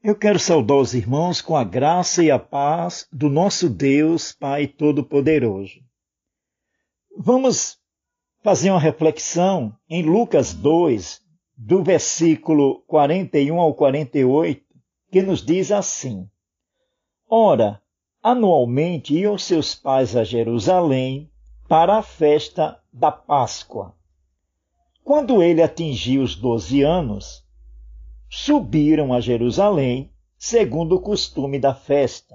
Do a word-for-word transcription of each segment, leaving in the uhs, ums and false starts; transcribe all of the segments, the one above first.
Eu quero saudar os irmãos com a graça e a paz do nosso Deus, Pai Todo-Poderoso. Vamos fazer uma reflexão em Lucas dois, do versículo quarenta e um ao quarenta e oito, que nos diz assim: Ora, anualmente iam seus pais a Jerusalém para a festa da Páscoa. Quando ele atingiu os doze anos, subiram a Jerusalém, segundo o costume da festa.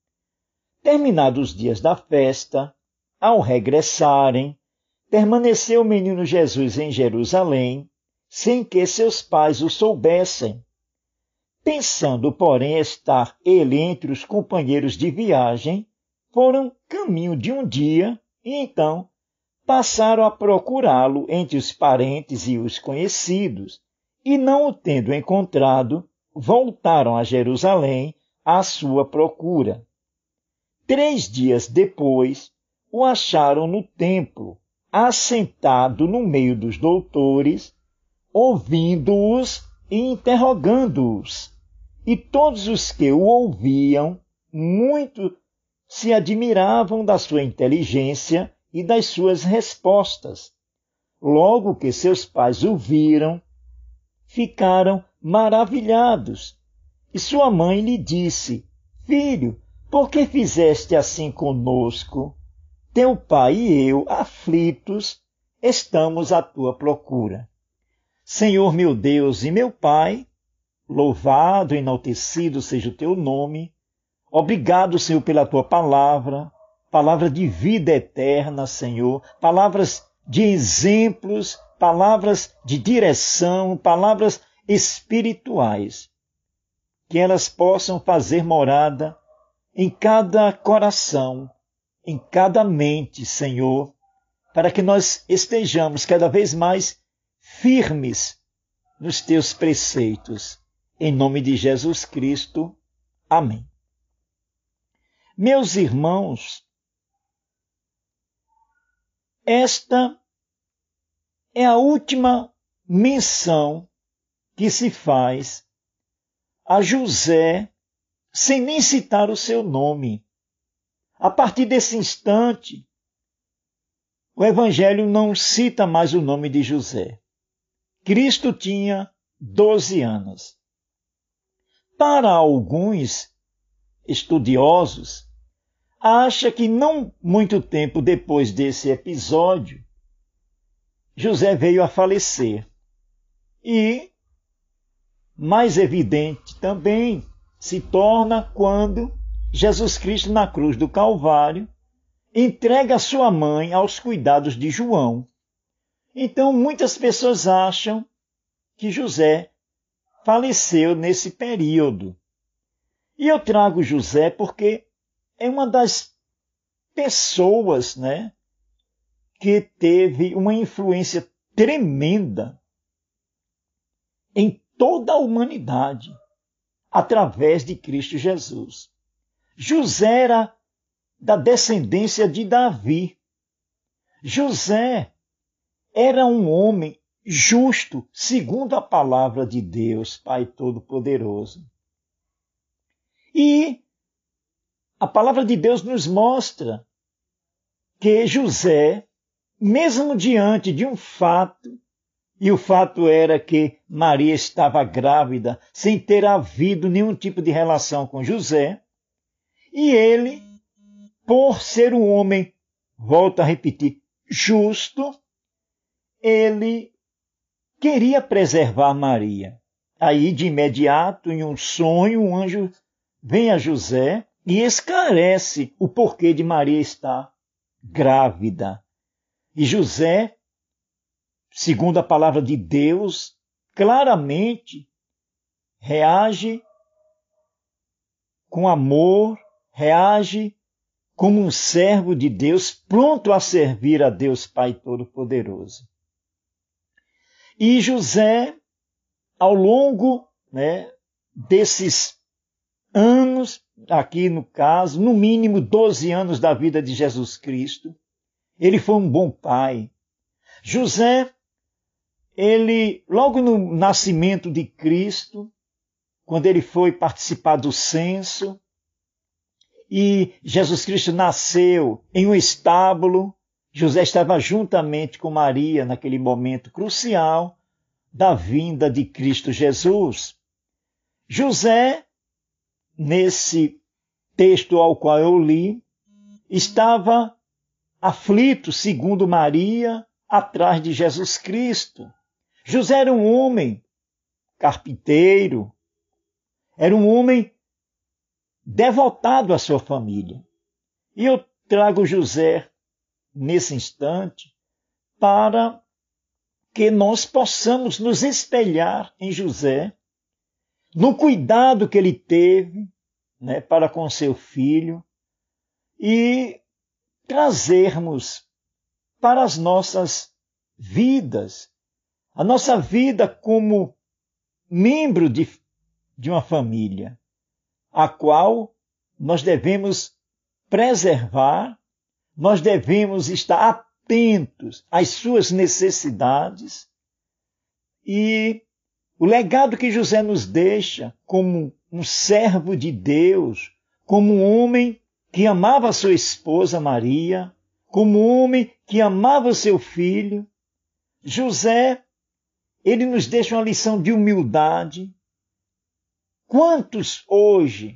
Terminados os dias da festa, ao regressarem, permaneceu o menino Jesus em Jerusalém, sem que seus pais o soubessem. Pensando, porém, estar ele entre os companheiros de viagem, foram caminho de um dia e então passaram a procurá-lo entre os parentes e os conhecidos, e não o tendo encontrado, voltaram a Jerusalém à sua procura. Três dias depois, o acharam no templo, assentado no meio dos doutores, ouvindo-os e interrogando-os. E todos os que o ouviam, muito se admiravam da sua inteligência e das suas respostas. Logo que seus pais o viram, ficaram maravilhados. E sua mãe lhe disse: Filho, por que fizeste assim conosco? Teu pai e eu, aflitos, estamos à tua procura. Senhor meu Deus e meu Pai, louvado e enaltecido seja o teu nome. Obrigado, Senhor, pela tua palavra, palavra de vida eterna, Senhor, palavras de exemplos, palavras de direção, palavras espirituais, que elas possam fazer morada em cada coração, em cada mente, Senhor, para que nós estejamos cada vez mais firmes nos teus preceitos. Em nome de Jesus Cristo. Amém. Meus irmãos, esta é a última menção que se faz a José sem nem citar o seu nome. A partir desse instante, o Evangelho não cita mais o nome de José. Cristo tinha doze anos. Para alguns estudiosos, acha que não muito tempo depois desse episódio, José veio a falecer. E mais evidente também se torna quando Jesus Cristo, na cruz do Calvário, entrega sua mãe aos cuidados de João. Então, muitas pessoas acham que José faleceu nesse período. E eu trago José porque é uma das pessoas, né, que teve uma influência tremenda em toda a humanidade, através de Cristo Jesus. José era da descendência de Davi. José era um homem justo, segundo a palavra de Deus, Pai Todo-Poderoso. E a palavra de Deus nos mostra que José, mesmo diante de um fato, e o fato era que Maria estava grávida, sem ter havido nenhum tipo de relação com José, e ele, por ser um homem, volto a repetir, justo, ele queria preservar Maria. Aí, de imediato, em um sonho, um anjo vem a José e esclarece o porquê de Maria estar grávida. E José, segundo a palavra de Deus, claramente reage com amor, reage como um servo de Deus, pronto a servir a Deus Pai Todo-Poderoso. E José, ao longo, né, desses anos, aqui no caso, no mínimo doze anos da vida de Jesus Cristo, ele foi um bom pai. José, ele, logo no nascimento de Cristo, quando ele foi participar do censo, e Jesus Cristo nasceu em um estábulo. José estava juntamente com Maria naquele momento crucial da vinda de Cristo Jesus. José, nesse texto ao qual eu li, estava aflito, segundo Maria, atrás de Jesus Cristo. José era um homem carpinteiro, era um homem devotado à sua família. E eu trago José nesse instante para que nós possamos nos espelhar em José, no cuidado que ele teve, né, para com seu filho, e trazermos para as nossas vidas, a nossa vida como membro de, de uma família, a qual nós devemos preservar, nós devemos estar atentos às suas necessidades, e o legado que José nos deixa como um servo de Deus, como um homem que amava a sua esposa Maria, como um homem que amava o seu filho, José, ele nos deixa uma lição de humildade. Quantos hoje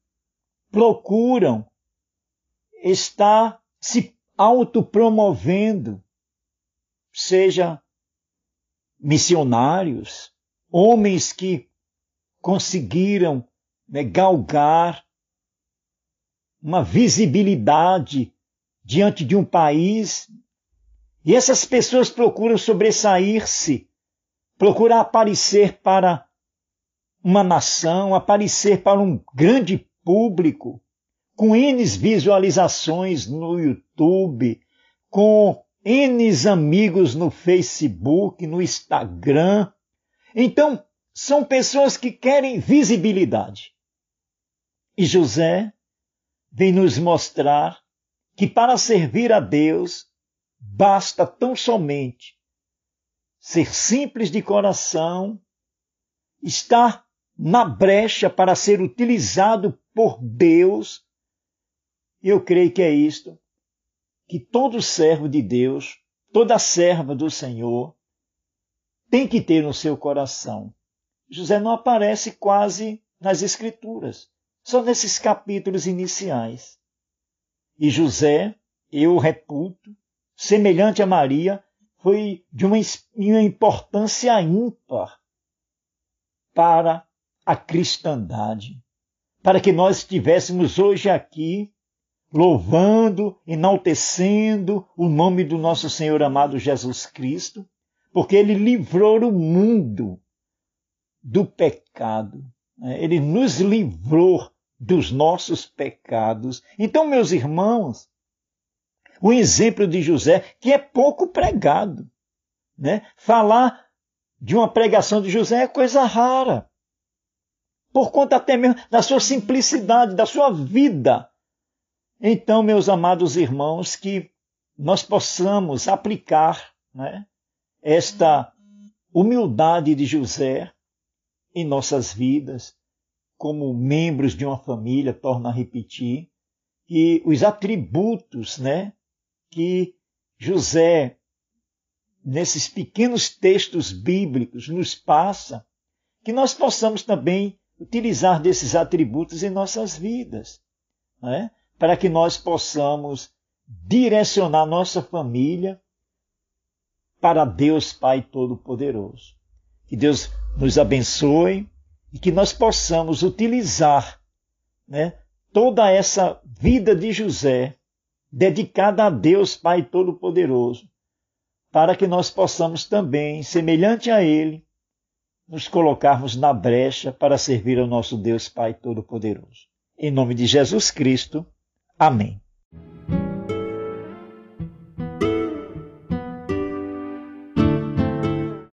procuram estar se autopromovendo, seja missionários, homens que conseguiram, né, galgar uma visibilidade diante de um país, e essas pessoas procuram sobressair-se, procuram aparecer para uma nação, aparecer para um grande público, com N visualizações no YouTube, com N amigos no Facebook, no Instagram. Então, são pessoas que querem visibilidade. E José vem nos mostrar que para servir a Deus, basta tão somente ser simples de coração, estar na brecha para ser utilizado por Deus. E eu creio que é isto que todo servo de Deus, toda serva do Senhor, tem que ter no seu coração. José não aparece quase nas Escrituras, só nesses capítulos iniciais. E José, eu reputo, semelhante a Maria, foi de uma, uma importância ímpar para a cristandade, para que nós estivéssemos hoje aqui louvando, enaltecendo o nome do nosso Senhor amado Jesus Cristo, porque Ele livrou o mundo do pecado. Ele nos livrou dos nossos pecados. Então, meus irmãos, o exemplo de José, que é pouco pregado, né? Falar de uma pregação de José é coisa rara, por conta até mesmo da sua simplicidade, da sua vida. Então, meus amados irmãos, que nós possamos aplicar, né, esta humildade de José em nossas vidas, como membros de uma família, torno a repetir, e os atributos, né, que José, nesses pequenos textos bíblicos, nos passa, que nós possamos também utilizar desses atributos em nossas vidas, né, para que nós possamos direcionar nossa família para Deus Pai Todo-Poderoso. Que Deus nos abençoe e que nós possamos utilizar, né, toda essa vida de José dedicada a Deus Pai Todo-Poderoso, para que nós possamos também, semelhante a Ele, nos colocarmos na brecha para servir ao nosso Deus Pai Todo-Poderoso. Em nome de Jesus Cristo, amém.